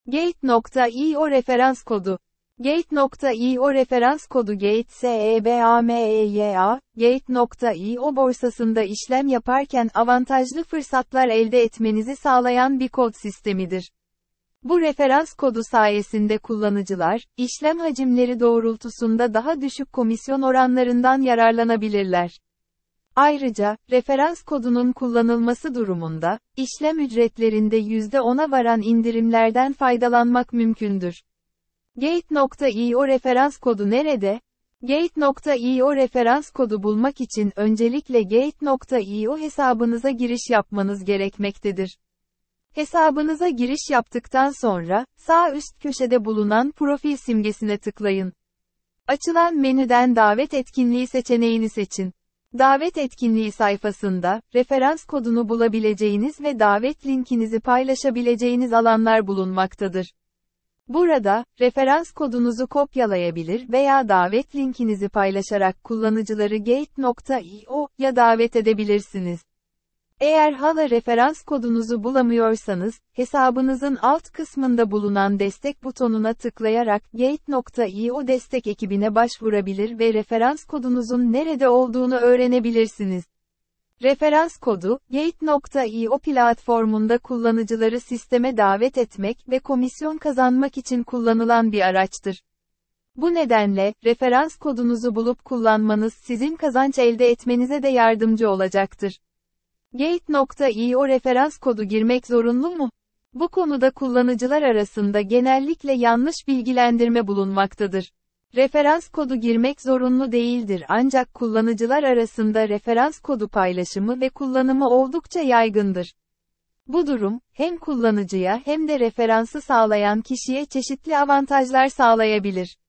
Gate.io referans kodu. Gate.io referans kodu GATE Gate.io borsasında işlem yaparken avantajlı fırsatlar elde etmenizi sağlayan bir kod sistemidir. Bu referans kodu sayesinde kullanıcılar, işlem hacimleri doğrultusunda daha düşük komisyon oranlarından yararlanabilirler. Ayrıca, referans kodunun kullanılması durumunda, işlem ücretlerinde %10'a varan indirimlerden faydalanmak mümkündür. Gate.io referans kodu nerede? Gate.io referans kodu bulmak için öncelikle Gate.io hesabınıza giriş yapmanız gerekmektedir. Hesabınıza giriş yaptıktan sonra, sağ üst köşede bulunan profil simgesine tıklayın. Açılan menüden davet etkinliği seçeneğini seçin. Davet etkinliği sayfasında, referans kodunu bulabileceğiniz ve davet linkinizi paylaşabileceğiniz alanlar bulunmaktadır. Burada, referans kodunuzu kopyalayabilir veya davet linkinizi paylaşarak kullanıcıları Gate.io'ya davet edebilirsiniz. Eğer hala referans kodunuzu bulamıyorsanız, hesabınızın alt kısmında bulunan destek butonuna tıklayarak Gate.io destek ekibine başvurabilir ve referans kodunuzun nerede olduğunu öğrenebilirsiniz. Referans kodu, Gate.io platformunda kullanıcıları sisteme davet etmek ve komisyon kazanmak için kullanılan bir araçtır. Bu nedenle, referans kodunuzu bulup kullanmanız sizin kazanç elde etmenize de yardımcı olacaktır. Gate.io referans kodu girmek zorunlu mu? Bu konuda kullanıcılar arasında genellikle yanlış bilgilendirme bulunmaktadır. Referans kodu girmek zorunlu değildir ancak kullanıcılar arasında referans kodu paylaşımı ve kullanımı oldukça yaygındır. Bu durum, hem kullanıcıya hem de referansı sağlayan kişiye çeşitli avantajlar sağlayabilir.